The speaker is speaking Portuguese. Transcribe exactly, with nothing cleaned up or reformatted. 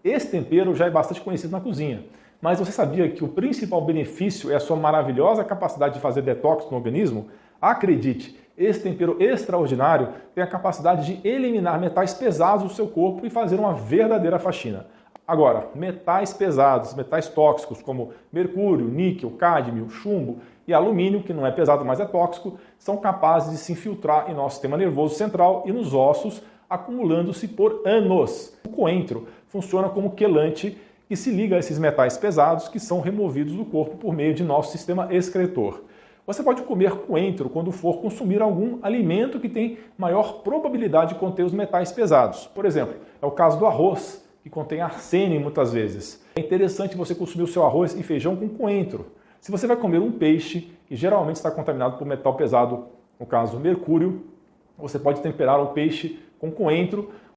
Esse tempero já é bastante conhecido na cozinha, mas você sabia que o principal benefício é a sua maravilhosa capacidade de fazer detox no organismo? Acredite, esse tempero extraordinário tem a capacidade de eliminar metais pesados do seu corpo e fazer uma verdadeira faxina. Agora, metais pesados, metais tóxicos como mercúrio, níquel, cádmio, chumbo e alumínio, que não é pesado, mas é tóxico, são capazes de se infiltrar em nosso sistema nervoso central e nos ossos, acumulando-se por anos. O coentro funciona como quelante e se liga a esses metais pesados que são removidos do corpo por meio de nosso sistema excretor. Você pode comer coentro quando for consumir algum alimento que tem maior probabilidade de conter os metais pesados. Por exemplo, é o caso do arroz, que contém arsênio muitas vezes. É interessante você consumir o seu arroz e feijão com coentro. Se você vai comer um peixe, que geralmente está contaminado por metal pesado, no caso mercúrio, você pode temperar o peixe com coentro